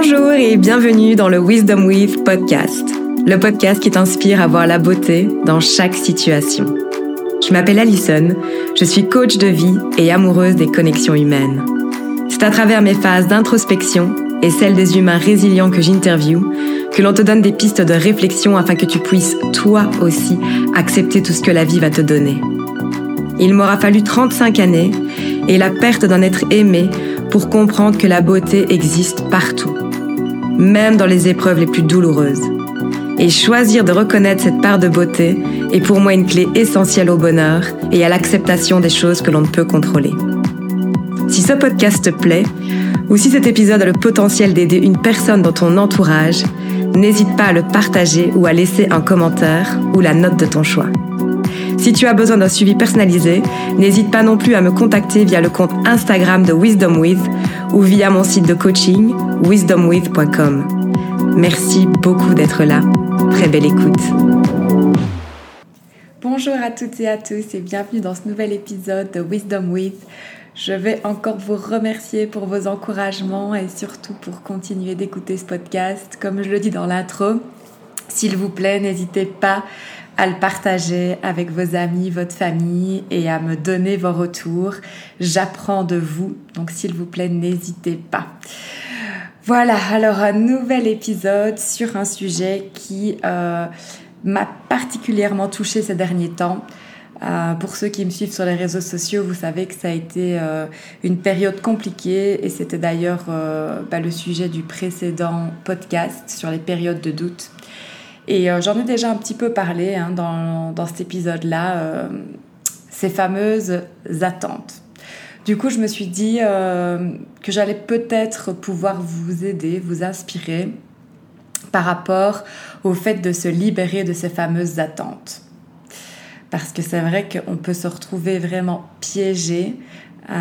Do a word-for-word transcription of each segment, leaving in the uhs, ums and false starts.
Bonjour et bienvenue dans le Wisdom With podcast, le podcast qui t'inspire à voir la beauté dans chaque situation. Je m'appelle Alison, je suis coach de vie et amoureuse des connexions humaines. C'est à travers mes phases d'introspection et celles des humains résilients que j'interviewe que l'on te donne des pistes de réflexion afin que tu puisses, toi aussi, accepter tout ce que la vie va te donner. Il m'aura fallu trente-cinq années et la perte d'un être aimé pour comprendre que la beauté existe partout, même dans les épreuves les plus douloureuses. Et choisir de reconnaître cette part de beauté est pour moi une clé essentielle au bonheur et à l'acceptation des choses que l'on ne peut contrôler. Si ce podcast te plaît, ou si cet épisode a le potentiel d'aider une personne dans ton entourage, n'hésite pas à le partager ou à laisser un commentaire ou la note de ton choix. Si tu as besoin d'un suivi personnalisé, n'hésite pas non plus à me contacter via le compte Instagram de Wisdom With ou via mon site de coaching wisdom with point com. Merci beaucoup d'être là. Très belle écoute. Bonjour à toutes et à tous et bienvenue dans ce nouvel épisode de Wisdom With. Je vais encore vous remercier pour vos encouragements et surtout pour continuer d'écouter ce podcast. Comme je le dis dans l'intro, s'il vous plaît, n'hésitez pas à le partager avec vos amis, votre famille et à me donner vos retours. J'apprends de vous, donc s'il vous plaît, n'hésitez pas. Voilà, alors un nouvel épisode sur un sujet qui euh, m'a particulièrement touchée ces derniers temps. Euh, pour ceux qui me suivent sur les réseaux sociaux, vous savez que ça a été euh, une période compliquée et c'était d'ailleurs euh, bah, le sujet du précédent podcast sur les périodes de doute. Et euh, j'en ai déjà un petit peu parlé hein, dans, dans cet épisode-là, euh, ces fameuses attentes. Du coup, je me suis dit euh, que j'allais peut-être pouvoir vous aider, vous inspirer par rapport au fait de se libérer de ces fameuses attentes. Parce que c'est vrai qu'on peut se retrouver vraiment piégé euh,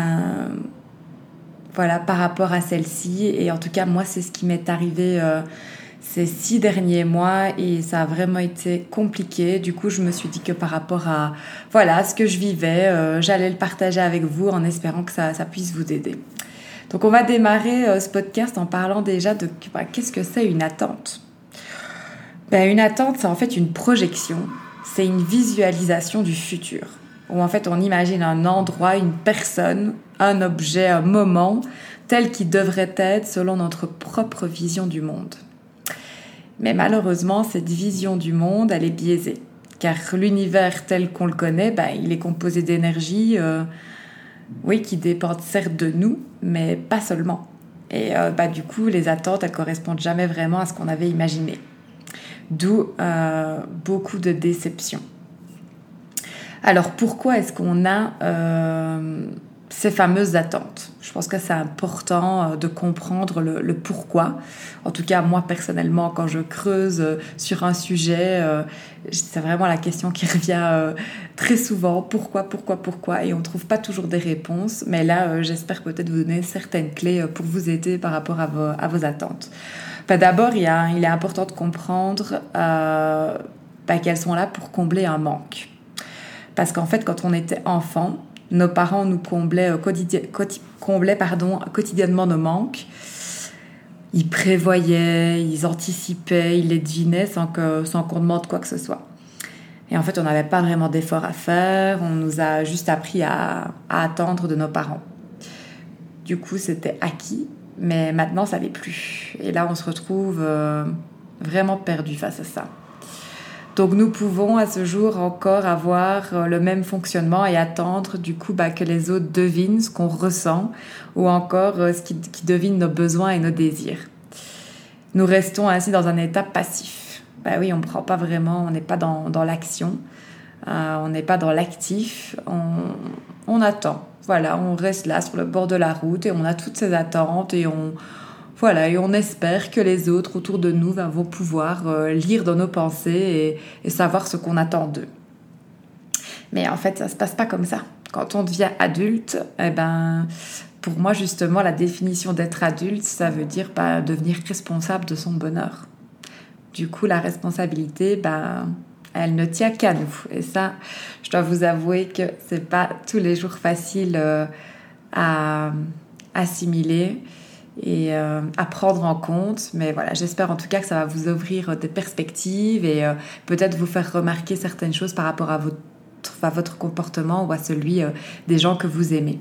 voilà, par rapport à celle-ci. Et en tout cas, moi, c'est ce qui m'est arrivé euh, ces six derniers mois et ça a vraiment été compliqué. Du coup, je me suis dit que par rapport à voilà, ce que je vivais, euh, j'allais le partager avec vous en espérant que ça, ça puisse vous aider. Donc, on va démarrer euh, ce podcast en parlant déjà de bah, qu'est-ce que c'est une attente. Ben, une attente, c'est en fait une projection. C'est une visualisation du futur, où en fait on imagine un endroit, une personne, un objet, un moment, tel qu'il devrait être selon notre propre vision du monde. Mais malheureusement, cette vision du monde, elle est biaisée, car l'univers tel qu'on le connaît, bah, il est composé d'énergie, euh, oui, qui dépendent certes de nous, mais pas seulement. Et euh, bah, du coup, les attentes, elles correspondent jamais vraiment à ce qu'on avait imaginé. D'où euh, beaucoup de déceptions. Alors, pourquoi est-ce qu'on a euh, ces fameuses attentes ? Je pense que c'est important de comprendre le, le pourquoi. En tout cas, moi, personnellement, quand je creuse sur un sujet, euh, c'est vraiment la question qui revient euh, très souvent. Pourquoi, pourquoi, pourquoi ? Et on ne trouve pas toujours des réponses. Mais là, euh, j'espère peut-être vous donner certaines clés pour vous aider par rapport à vos, à vos attentes. Enfin, d'abord, il, y a, il est important de comprendre euh, bah, qu'elles sont là pour combler un manque. Parce qu'en fait, quand on était enfant, nos parents nous comblaient, euh, quotidien, quoti- comblaient pardon, quotidiennement nos manques. Ils prévoyaient, ils anticipaient, ils les devinaient sans, que, sans qu'on demande quoi que ce soit. Et en fait, on n'avait pas vraiment d'efforts à faire. On nous a juste appris à, à attendre de nos parents. Du coup, c'était acquis. Mais maintenant, ça ne l'est plus. Et là, on se retrouve euh, vraiment perdu face à ça. Donc, nous pouvons à ce jour encore avoir le même fonctionnement et attendre du coup bah, que les autres devinent ce qu'on ressent ou encore euh, ce qui, qui devine nos besoins et nos désirs. Nous restons ainsi dans un état passif. Bah oui, on ne prend pas vraiment, on n'est pas dans, dans l'action, euh, on n'est pas dans l'actif, on, on attend. Voilà, on reste là sur le bord de la route et on a toutes ces attentes et on, voilà, et on espère que les autres autour de nous ben, vont pouvoir euh, lire dans nos pensées et, et savoir ce qu'on attend d'eux. Mais en fait, ça ne se passe pas comme ça. Quand on devient adulte, eh ben, pour moi justement, la définition d'être adulte, ça veut dire ben, devenir responsable de son bonheur. Du coup, la responsabilité, ben, elle ne tient qu'à nous. Et ça, je dois vous avouer que c'est pas tous les jours facile euh, à assimiler. et euh, à prendre en compte. Mais voilà, j'espère en tout cas que ça va vous ouvrir des perspectives et euh, peut-être vous faire remarquer certaines choses par rapport à votre, à votre comportement ou à celui euh, des gens que vous aimez.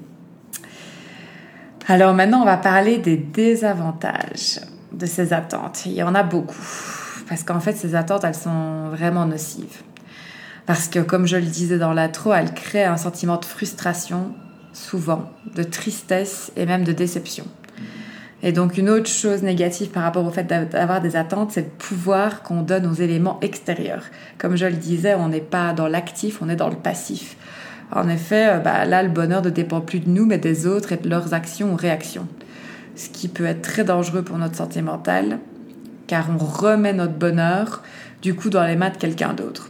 Alors maintenant, on va parler des désavantages de ces attentes. Il y en a beaucoup, parce qu'en fait, ces attentes, elles sont vraiment nocives. Parce que, comme je le disais dans l'intro, elles créent un sentiment de frustration, souvent, de tristesse et même de déception. Et donc, une autre chose négative par rapport au fait d'avoir des attentes, c'est le pouvoir qu'on donne aux éléments extérieurs. Comme je le disais, on n'est pas dans l'actif, on est dans le passif. En effet, bah, là, le bonheur ne dépend plus de nous, mais des autres et de leurs actions ou réactions. Ce qui peut être très dangereux pour notre santé mentale, car on remet notre bonheur, du coup, dans les mains de quelqu'un d'autre.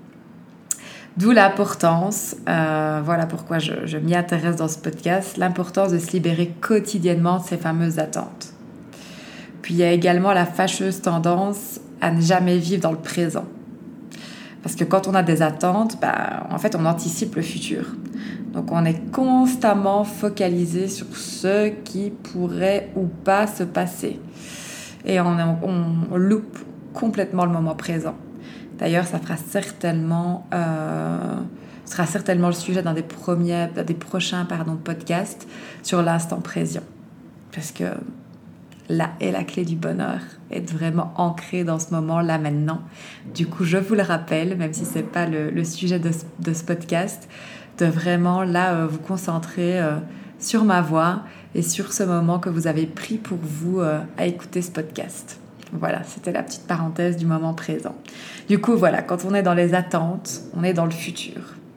D'où l'importance, euh, voilà pourquoi je, je m'y intéresse dans ce podcast, l'importance de se libérer quotidiennement de ces fameuses attentes. Puis il y a également la fâcheuse tendance à ne jamais vivre dans le présent. Parce que quand on a des attentes, bah, en fait on anticipe le futur. Donc on est constamment focalisé sur ce qui pourrait ou pas se passer. Et on, on, on loupe complètement le moment présent. D'ailleurs, ça fera certainement, euh, sera certainement le sujet d'un des, premiers, des prochains pardon, podcasts sur l'instant présent. Parce que là est la clé du bonheur, être vraiment ancré dans ce moment, là, maintenant. Du coup, je vous le rappelle, même si ce n'est pas le, le sujet de ce, de ce podcast, de vraiment, là, euh, vous concentrer euh, sur ma voix et sur ce moment que vous avez pris pour vous euh, à écouter ce podcast. Voilà, c'était la petite parenthèse du moment présent. Du coup, voilà, quand on est dans les attentes, on est dans le futur.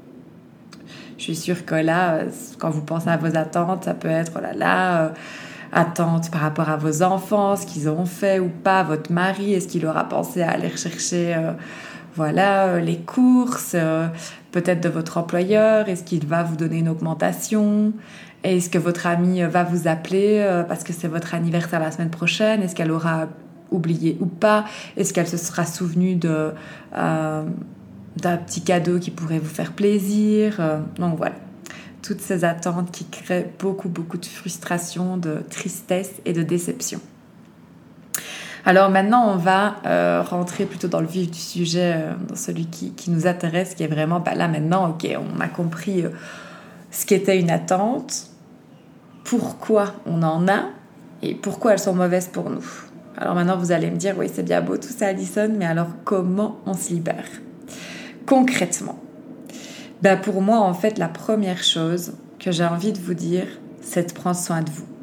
Je suis sûre que là, quand vous pensez à vos attentes, ça peut être, oh là là, euh, attentes par rapport à vos enfants, ce qu'ils ont fait ou pas, votre mari, est-ce qu'il aura pensé à aller rechercher, euh, voilà, euh, les courses, euh, peut-être de votre employeur, est-ce qu'il va vous donner une augmentation ? Est-ce que votre amie va vous appeler euh, parce que c'est votre anniversaire la semaine prochaine ? Est-ce qu'elle aura oublié ou pas? Est-ce qu'elle se sera souvenue de, euh, d'un petit cadeau qui pourrait vous faire plaisir? euh, Donc voilà, toutes ces attentes qui créent beaucoup, beaucoup de frustration, de tristesse et de déception. Alors maintenant, on va euh, rentrer plutôt dans le vif du sujet, euh, dans celui qui, qui nous intéresse, qui est vraiment, bah là maintenant, ok, on a compris euh, ce qu'était une attente, pourquoi on en a et pourquoi elles sont mauvaises pour nous. Alors maintenant, vous allez me dire, oui, c'est bien beau tout ça, Alison, mais alors comment on se libère ? Concrètement, ben pour moi, en fait, la première chose que j'ai envie de vous dire, c'est de prendre soin de vous.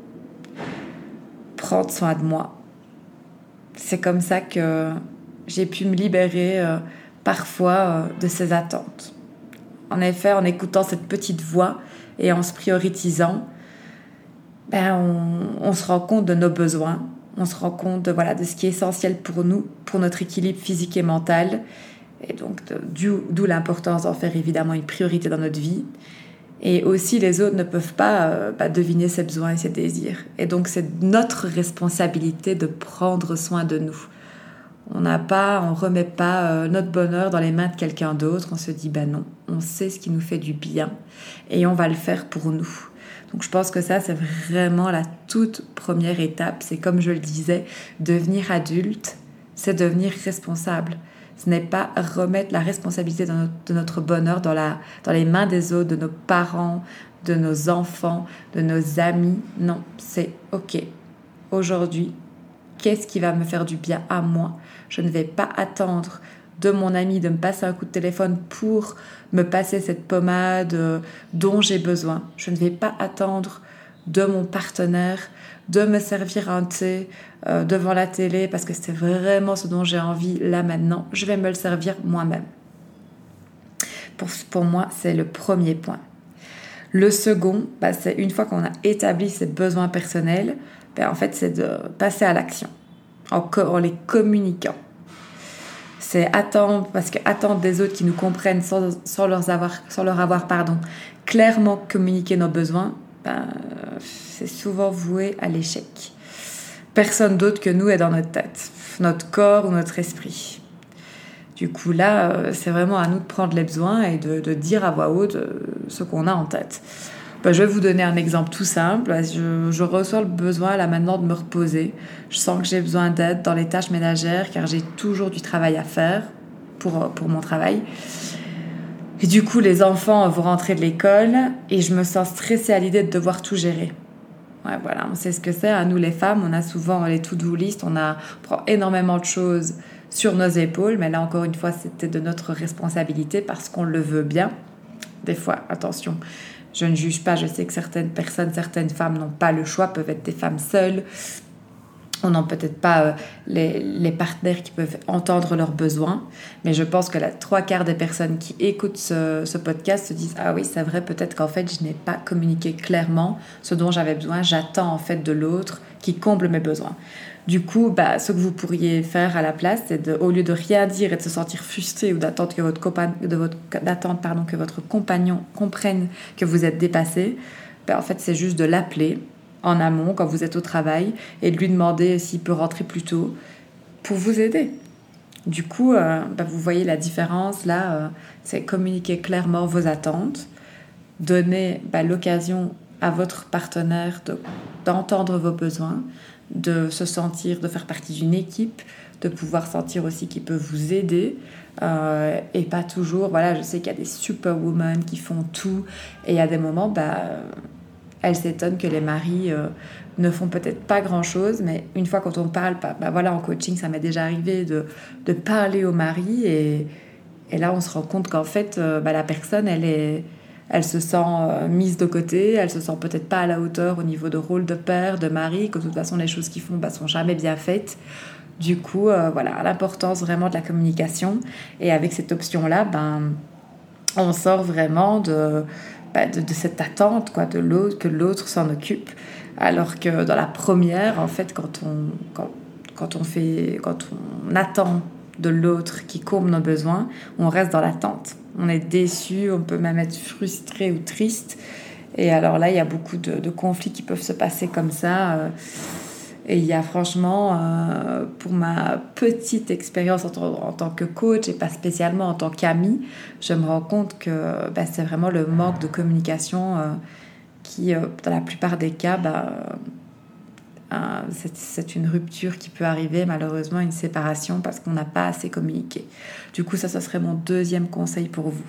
Prendre soin de moi. C'est comme ça que j'ai pu me libérer euh, parfois euh, de ces attentes. En effet, en écoutant cette petite voix et en se prioritisant, ben on, on se rend compte de nos besoins. On se rend compte de, voilà, de ce qui est essentiel pour nous, pour notre équilibre physique et mental. Et donc, de, d'où, d'où l'importance d'en faire évidemment une priorité dans notre vie. Et aussi, les autres ne peuvent pas euh, bah, deviner ses besoins et ses désirs. Et donc, c'est notre responsabilité de prendre soin de nous. On n'a pas, on remet pas euh, notre bonheur dans les mains de quelqu'un d'autre. On se dit, ben non, on sait ce qui nous fait du bien et on va le faire pour nous. Donc je pense que ça, c'est vraiment la toute première étape. C'est comme je le disais, devenir adulte, c'est devenir responsable. Ce n'est pas remettre la responsabilité de notre, de notre bonheur dans, la, dans les mains des autres, de nos parents, de nos enfants, de nos amis. Non, c'est OK. Aujourd'hui, qu'est-ce qui va me faire du bien à moi ? Je ne vais pas attendre de mon ami de me passer un coup de téléphone pour me passer cette pommade euh, dont j'ai besoin. Je ne vais pas attendre de mon partenaire de me servir un thé euh, devant la télé parce que c'est vraiment ce dont j'ai envie là maintenant. Je vais me le servir moi-même. Pour, pour moi, c'est le premier point. Le second, bah, c'est une fois qu'on a établi ses besoins personnels, bah, en fait, c'est de passer à l'action en, co- en les communiquant. C'est attendre, parce que attendre des autres qui nous comprennent sans, sans, leur, avoir, sans leur avoir pardon, clairement communiqué nos besoins, ben, c'est souvent voué à l'échec. Personne d'autre que nous est dans notre tête, notre corps ou notre esprit. Du coup, là, c'est vraiment à nous de prendre les besoins et de, de dire à voix haute ce qu'on a en tête. Ben, je vais vous donner un exemple tout simple. Je, je ressens le besoin là maintenant de me reposer. Je sens que j'ai besoin d'aide dans les tâches ménagères car j'ai toujours du travail à faire pour, pour mon travail. Et du coup, les enfants vont rentrer de l'école et je me sens stressée à l'idée de devoir tout gérer. Ouais, voilà, on sait ce que c'est. À nous, les femmes, on a souvent les to-do list, on, a, on prend énormément de choses sur nos épaules, mais là, encore une fois, c'était de notre responsabilité parce qu'on le veut bien. Des fois, attention, je ne juge pas, je sais que certaines personnes, certaines femmes n'ont pas le choix, peuvent être des femmes seules. On n'a peut-être pas euh, les, les partenaires qui peuvent entendre leurs besoins, mais je pense que la trois quarts des personnes qui écoutent ce, ce podcast se disent « Ah oui, c'est vrai, peut-être qu'en fait, je n'ai pas communiqué clairement ce dont j'avais besoin. J'attends en fait de l'autre qui comble mes besoins. » Du coup, bah, ce que vous pourriez faire à la place, c'est de, au lieu de rien dire et de se sentir frustré ou d'attendre que votre, copa- de votre, d'attendre, pardon, que votre compagnon comprenne que vous êtes dépassé, bah, en fait, c'est juste de l'appeler en amont quand vous êtes au travail et de lui demander s'il peut rentrer plus tôt pour vous aider. Du coup, euh, bah, vous voyez la différence là, euh, c'est communiquer clairement vos attentes, donner bah, l'occasion à votre partenaire de, d'entendre vos besoins, de se sentir, de faire partie d'une équipe, de pouvoir sentir aussi qu'il peut vous aider euh, et pas toujours, voilà, je sais qu'il y a des superwomen qui font tout et il y a des moments, bah, elles s'étonnent que les maris euh, ne font peut-être pas grand-chose, mais une fois quand on parle, bah, bah voilà, en coaching, ça m'est déjà arrivé de, de parler au mari et, et là, on se rend compte qu'en fait, euh, bah, la personne, elle, est, elle se sent euh, mise de côté, elle se sent peut-être pas à la hauteur au niveau de rôle de père, de mari, que de toute façon, les choses qu'ils font bah, sont jamais bien faites. Du coup, euh, voilà, l'importance vraiment de la communication. Et avec cette option-là, ben, on sort vraiment de... Bah, de, de cette attente quoi, de l'autre, que l'autre s'en occupe. Alors que dans la première, en fait, quand on, quand, quand on, fait, quand on attend de l'autre qui comble nos besoins, on reste dans l'attente. On est déçu, on peut même être frustré ou triste. Et alors là, il y a beaucoup de, de conflits qui peuvent se passer comme ça. Euh, Et il y a franchement, euh, pour ma petite expérience en, t- en tant que coach et pas spécialement en tant qu'amie, je me rends compte que bah, c'est vraiment le manque de communication euh, qui, euh, dans la plupart des cas, bah, euh, c'est, c'est une rupture qui peut arriver, malheureusement, une séparation parce qu'on n'a pas assez communiqué. Du coup, ça, ça serait mon deuxième conseil pour vous.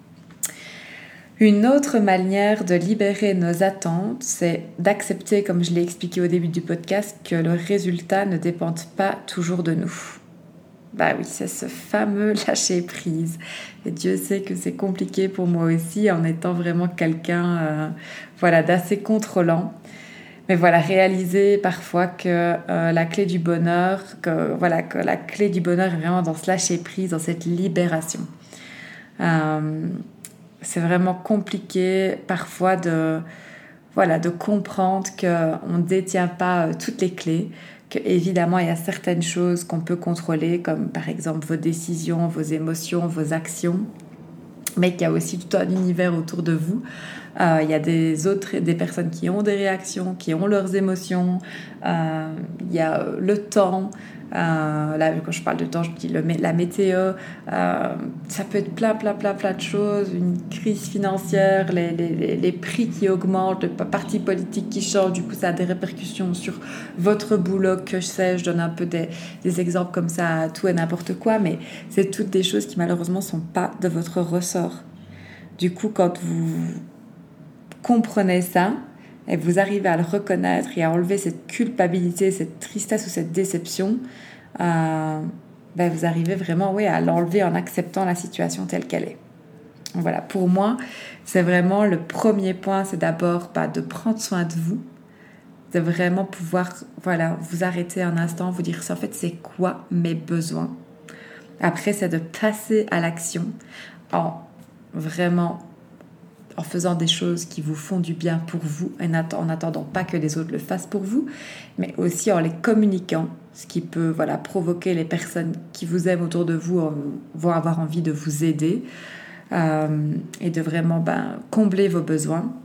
Une autre manière de libérer nos attentes, c'est d'accepter, comme je l'ai expliqué au début du podcast, que le résultat ne dépend pas toujours de nous. Bah oui, c'est ce fameux lâcher prise. Et Dieu sait que c'est compliqué pour moi aussi en étant vraiment quelqu'un euh, voilà, d'assez contrôlant. Mais voilà, réaliser parfois que euh, la clé du bonheur, que, voilà, que la clé du bonheur est vraiment dans ce lâcher prise, dans cette libération. Euh, c'est vraiment compliqué parfois de, voilà, de comprendre qu'on ne détient pas euh, toutes les clés, qu'évidemment il y a certaines choses qu'on peut contrôler, comme par exemple vos décisions, vos émotions, vos actions, mais qu'il y a aussi tout un univers autour de vous. Euh, il y a des autres, des personnes qui ont des réactions, qui ont leurs émotions. Euh, il y a le temps. Euh, là, quand je parle de temps, je dis le, la météo. Euh, ça peut être plein, plein, plein, plein de choses. Une crise financière, les, les, les prix qui augmentent, le parti politique qui change. Du coup, ça a des répercussions sur votre boulot, que je sais. Je donne un peu des, des exemples comme ça à tout et n'importe quoi, mais c'est toutes des choses qui malheureusement ne sont pas de votre ressort. Du coup, quand vous comprenez ça et vous arrivez à le reconnaître et à enlever cette culpabilité, cette tristesse ou cette déception, euh, ben vous arrivez vraiment oui, à l'enlever en acceptant la situation telle qu'elle est. Voilà, pour moi, c'est vraiment le premier point, c'est d'abord bah, de prendre soin de vous, de vraiment pouvoir voilà, vous arrêter un instant, vous dire en fait c'est quoi mes besoins. Après, c'est de passer à l'action en vraiment en faisant des choses qui vous font du bien pour vous, en n'attendant pas que les autres le fassent pour vous, mais aussi en les communiquant, ce qui peut voilà, provoquer les personnes qui vous aiment autour de vous, vont avoir envie de vous aider euh, et de vraiment ben, combler vos besoins.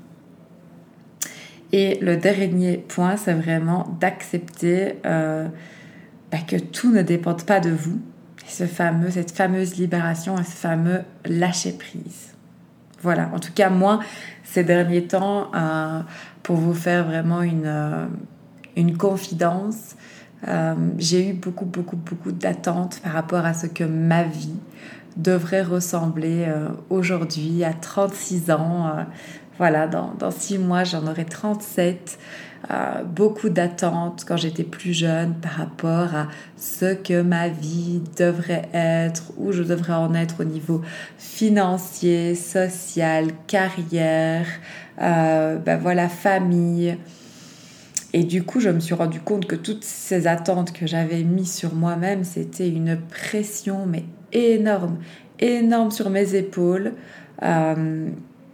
Et le dernier point, c'est vraiment d'accepter euh, ben, que tout ne dépend pas de vous, et ce fameux, cette fameuse libération et ce fameux lâcher prise. Voilà, en tout cas moi, ces derniers temps, euh, pour vous faire vraiment une, euh, une confidence, euh, j'ai eu beaucoup, beaucoup, beaucoup d'attentes par rapport à ce que ma vie devrait ressembler euh, aujourd'hui à trente-six ans. Euh, voilà, dans, dans six mois, j'en aurai trente-sept. Euh, beaucoup d'attentes quand j'étais plus jeune par rapport à ce que ma vie devrait être, où je devrais en être au niveau financier, social, carrière, euh, ben voilà, famille. Et du coup, je me suis rendu compte que toutes ces attentes que j'avais mises sur moi-même, c'était une pression, mais énorme, énorme sur mes épaules. Euh,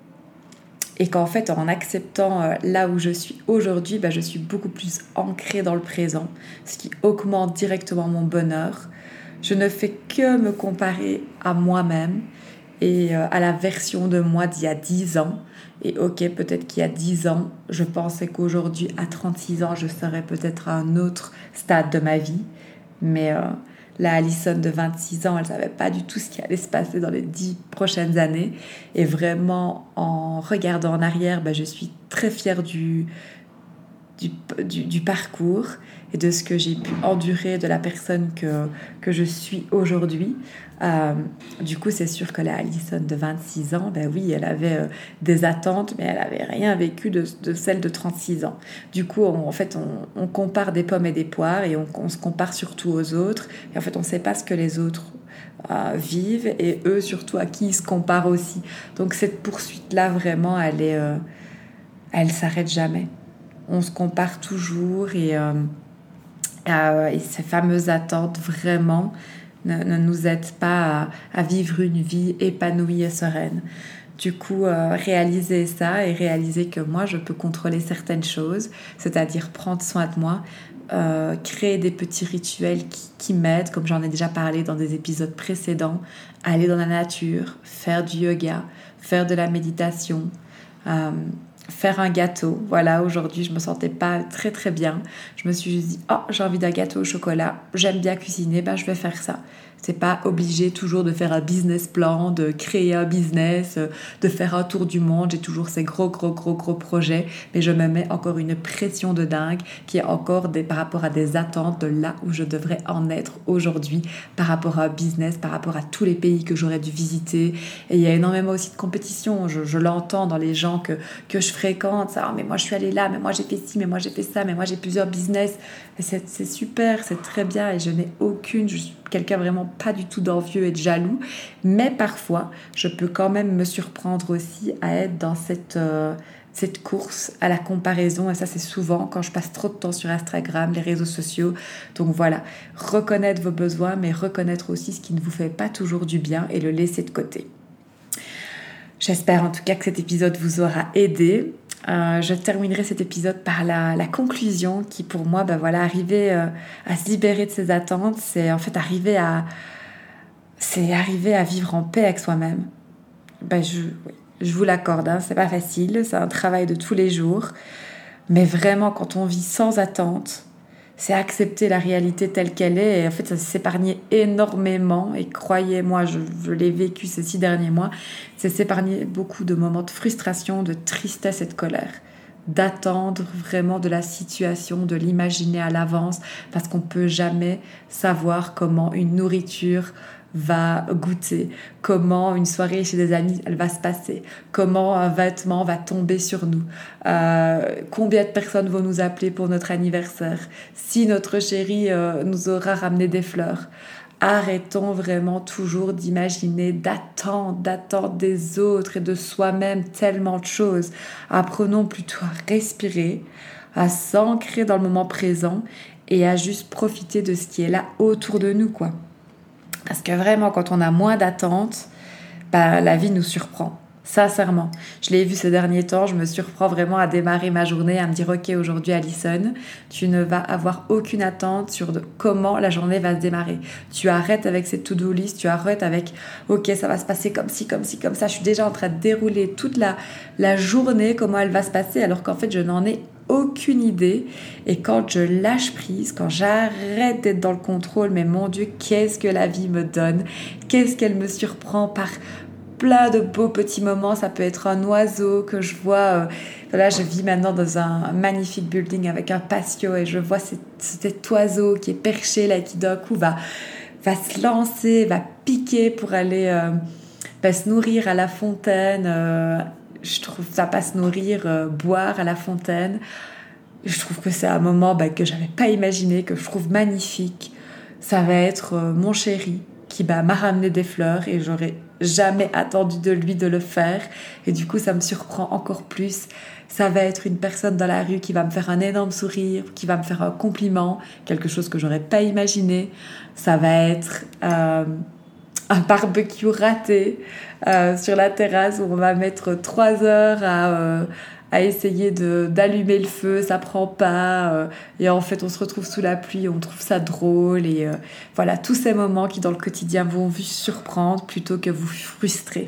et qu'en fait, en acceptant euh, là où je suis aujourd'hui, bah, je suis beaucoup plus ancrée dans le présent, ce qui augmente directement mon bonheur. Je ne fais que me comparer à moi-même et euh, à la version de moi d'il y a dix ans. Et ok, peut-être qu'il y a dix ans, je pensais qu'aujourd'hui, à trente-six ans, je serais peut-être à un autre stade de ma vie. Mais euh, la Alison de vingt-six ans, elle ne savait pas du tout ce qui allait se passer dans les dix prochaines années. Et vraiment, en regardant en arrière, ben, je suis très fière du, du, du, du parcours et de ce que j'ai pu endurer, de la personne que, que je suis aujourd'hui. Euh, du coup, c'est sûr que la Alison de vingt-six ans, ben oui, elle avait euh, des attentes, mais elle n'avait rien vécu de, de celle de trente-six ans. Du coup, on, en fait, on, on compare des pommes et des poires et on, on se compare surtout aux autres. Et en fait, on ne sait pas ce que les autres euh, vivent et eux, surtout, à qui ils se comparent aussi. Donc, cette poursuite-là, vraiment, elle est, euh, elle s'arrête jamais. On se compare toujours et, euh, euh, et ces fameuses attentes, vraiment, ne, ne nous aident pas à, à vivre une vie épanouie et sereine. Du coup, euh, réaliser ça et réaliser que moi, je peux contrôler certaines choses, c'est-à-dire prendre soin de moi, euh, créer des petits rituels qui, qui m'aident, comme j'en ai déjà parlé dans des épisodes précédents, aller dans la nature, faire du yoga, faire de la méditation, euh, faire un gâteau. Voilà, aujourd'hui, je me sentais pas très très bien. Je me suis juste dit, oh, j'ai envie d'un gâteau au chocolat, j'aime bien cuisiner, ben je vais faire ça. C'est pas obligé toujours de faire un business plan, de créer un business, de faire un tour du monde. J'ai toujours ces gros, gros, gros, gros projets, mais je me mets encore une pression de dingue qui est encore des, par rapport à des attentes de là où je devrais en être aujourd'hui, par rapport à un business, par rapport à tous les pays que j'aurais dû visiter. Et il y a énormément aussi de compétition. Je, je l'entends dans les gens que, que je fréquente. Ça, oh, mais moi, je suis allée là, mais moi, j'ai fait ci, mais moi, j'ai fait ça, mais moi, j'ai plusieurs business. Et c'est, c'est super, c'est très bien et je n'ai aucune... Je suis quelqu'un vraiment pas du tout d'envieux et de jaloux, mais parfois je peux quand même me surprendre aussi à être dans cette, euh, cette course à la comparaison, et ça c'est souvent quand je passe trop de temps sur Instagram, les réseaux sociaux. Donc voilà, reconnaître vos besoins, mais reconnaître aussi ce qui ne vous fait pas toujours du bien et le laisser de côté. J'espère en tout cas que cet épisode vous aura aidé. Euh, je terminerai cet épisode par la, la conclusion qui pour moi, ben voilà, arriver euh, à se libérer de ses attentes, c'est en fait arriver à, c'est arriver à vivre en paix avec soi-même. Ben je, oui, je vous l'accorde, hein, c'est pas facile, c'est un travail de tous les jours, mais vraiment quand on vit sans attente, c'est accepter la réalité telle qu'elle est et en fait ça s'épargner énormément et croyez-moi, je, je l'ai vécu ces six derniers mois, c'est s'épargner beaucoup de moments de frustration, de tristesse et de colère, d'attendre vraiment de la situation, de l'imaginer à l'avance parce qu'on peut jamais savoir comment une nourriture va goûter, comment une soirée chez des amis elle va se passer, comment un vêtement va tomber sur nous, euh, combien de personnes vont nous appeler pour notre anniversaire, si notre chéri euh, nous aura ramené des fleurs. Arrêtons vraiment toujours d'imaginer, d'attendre, d'attendre des autres et de soi-même tellement de choses. Apprenons plutôt à respirer, à s'ancrer dans le moment présent et à juste profiter de ce qui est là autour de nous, quoi. Parce que vraiment, quand on a moins d'attentes, bah, la vie nous surprend. Sincèrement, je l'ai vu ces derniers temps, je me surprends vraiment à démarrer ma journée, à me dire ok, aujourd'hui Alison, tu ne vas avoir aucune attente sur de comment la journée va se démarrer. Tu arrêtes avec cette to-do list, tu arrêtes avec ok, ça va se passer comme ci, comme ci, comme ça. Je suis déjà en train de dérouler toute la, la journée, comment elle va se passer, alors qu'en fait je n'en ai aucune idée. Et quand je lâche prise, quand j'arrête d'être dans le contrôle, mais mon Dieu, qu'est-ce que la vie me donne, qu'est-ce qu'elle me surprend par plein de beaux petits moments. Ça peut être un oiseau que je vois. Euh, là, je vis maintenant dans un magnifique building avec un patio et je vois cet, cet oiseau qui est perché là, qui d'un coup va, va se lancer, va piquer pour aller euh, va se nourrir à la fontaine. Euh, je trouve ça pas se nourrir, euh, boire à la fontaine. Je trouve que c'est un moment bah, que j'avais pas imaginé, que je trouve magnifique. Ça va être euh, mon chéri qui bah, m'a ramené des fleurs et j'aurais jamais attendu de lui de le faire. Et du coup, ça me surprend encore plus. Ça va être une personne dans la rue qui va me faire un énorme sourire, qui va me faire un compliment, quelque chose que j'aurais pas imaginé. Ça va être euh, un barbecue raté euh, sur la terrasse où on va mettre trois heures à... Euh, à essayer de, d'allumer le feu, ça prend pas, euh, et en fait on se retrouve sous la pluie, on trouve ça drôle, et euh, voilà, tous ces moments qui dans le quotidien vont vous surprendre plutôt que vous frustrer.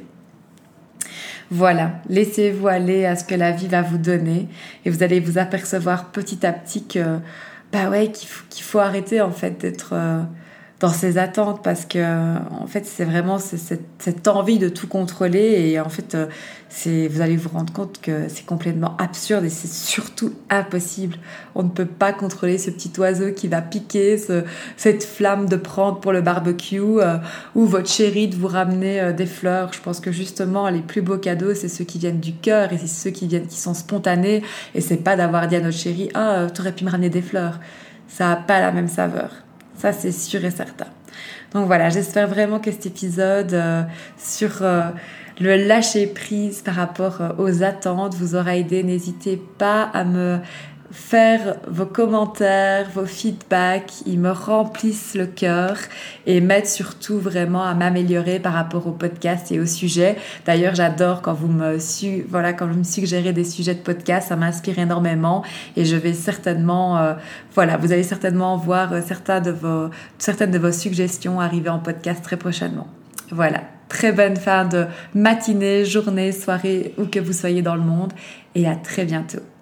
Voilà, laissez-vous aller à ce que la vie va vous donner, et vous allez vous apercevoir petit à petit que, bah ouais, qu'il faut, qu'il faut arrêter en fait d'être... Euh, dans ses attentes, parce que en fait c'est vraiment c'est, cette, cette envie de tout contrôler, et en fait c'est, vous allez vous rendre compte que c'est complètement absurde et c'est surtout impossible. On ne peut pas contrôler ce petit oiseau qui va piquer, ce, cette flamme de prendre pour le barbecue, euh, ou votre chéri de vous ramener euh, des fleurs. Je pense que justement les plus beaux cadeaux c'est ceux qui viennent du cœur, et c'est ceux qui viennent qui sont spontanés, et c'est pas d'avoir dit à notre chéri ah t'aurais pu me ramener des fleurs. Ça a pas la même saveur. Ça, c'est sûr et certain. Donc voilà, j'espère vraiment que cet épisode euh, sur euh, le lâcher prise par rapport euh, aux attentes vous aura aidé. N'hésitez pas à me faire vos commentaires, vos feedbacks. Ils me remplissent le cœur et m'aident surtout vraiment à m'améliorer par rapport au podcast et au sujet. D'ailleurs, j'adore quand vous me, su- voilà, quand vous me suggérez des sujets de podcast. Ça m'inspire énormément et je vais certainement... Euh, voilà, vous allez certainement voir euh, certains de vos, certaines de vos suggestions arriver en podcast très prochainement. Voilà, très bonne fin de matinée, journée, soirée, où que vous soyez dans le monde, et à très bientôt.